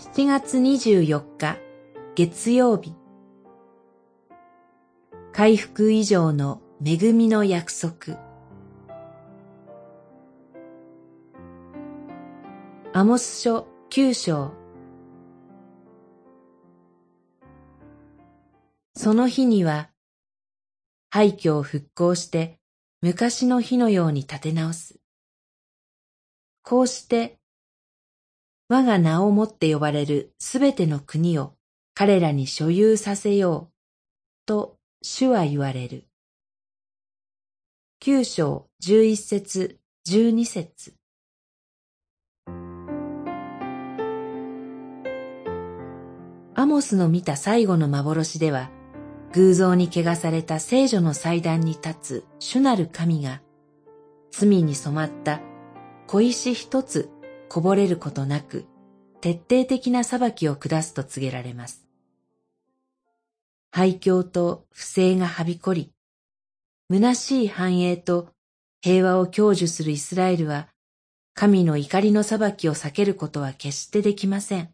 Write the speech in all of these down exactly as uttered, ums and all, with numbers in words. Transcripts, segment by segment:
しちがつにじゅうよっか月曜日、回復以上の恵みの約束。アモス書きゅう章。その日には、廃墟を復興して昔の日のように立て直す。こうして、我が名をもって呼ばれるすべての国を彼らに所有させよう、と主は言われる。きゅう章じゅういっ節、じゅうに節。アモスの見た最後の幻では、偶像に汚された聖女の祭壇に立つ主なる神が、罪に染まった小石一つこぼれることなく、徹底的な裁きを下すと告げられます。廃墟と不正がはびこり、虚しい繁栄と平和を享受するイスラエルは、神の怒りの裁きを避けることは決してできません。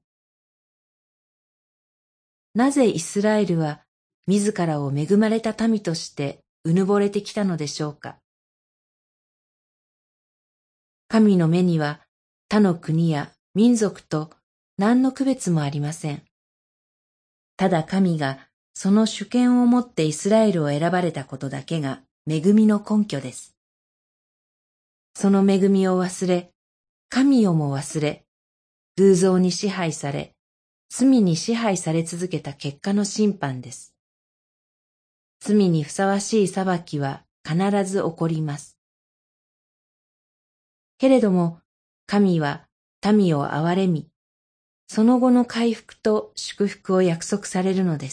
なぜイスラエルは自らを恵まれた民としてうぬぼれてきたのでしょうか。神の目には他の国や民族と何の区別もありません。ただ神がその主権をもってイスラエルを選ばれたことだけが恵みの根拠です。その恵みを忘れ、神をも忘れ、偶像に支配され、罪に支配され続けた結果の審判です。罪にふさわしい裁きは必ず起こります。けれども、神は民を憐れみ、その後の回復と祝福を約束されるのです。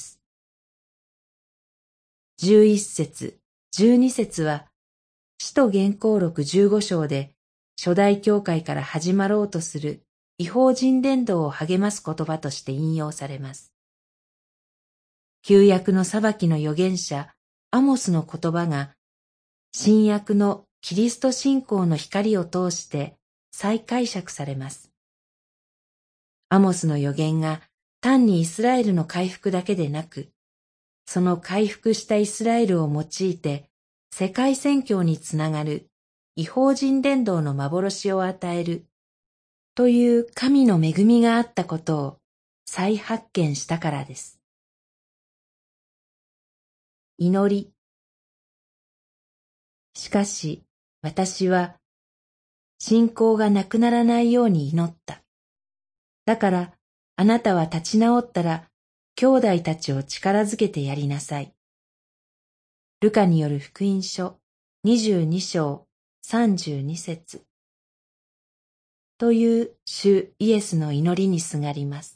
じゅういっ節、じゅうに節は、使徒言行録じゅうご章で初代教会から始まろうとする異邦人伝道を励ます言葉として引用されます。旧約の裁きの預言者アモスの言葉が新約のキリスト信仰の光を通して再解釈されます。アモスの預言が単にイスラエルの回復だけでなく、その回復したイスラエルを用いて世界宣教につながる異邦人伝道の幻を与えるという神の恵みがあったことを再発見したからです。祈り。しかし私は信仰がなくならないように祈った。だからあなたは立ち直ったら兄弟たちを力づけてやりなさい。ルカによる福音書にじゅうに章さんじゅうに節という主イエスの祈りにすがります。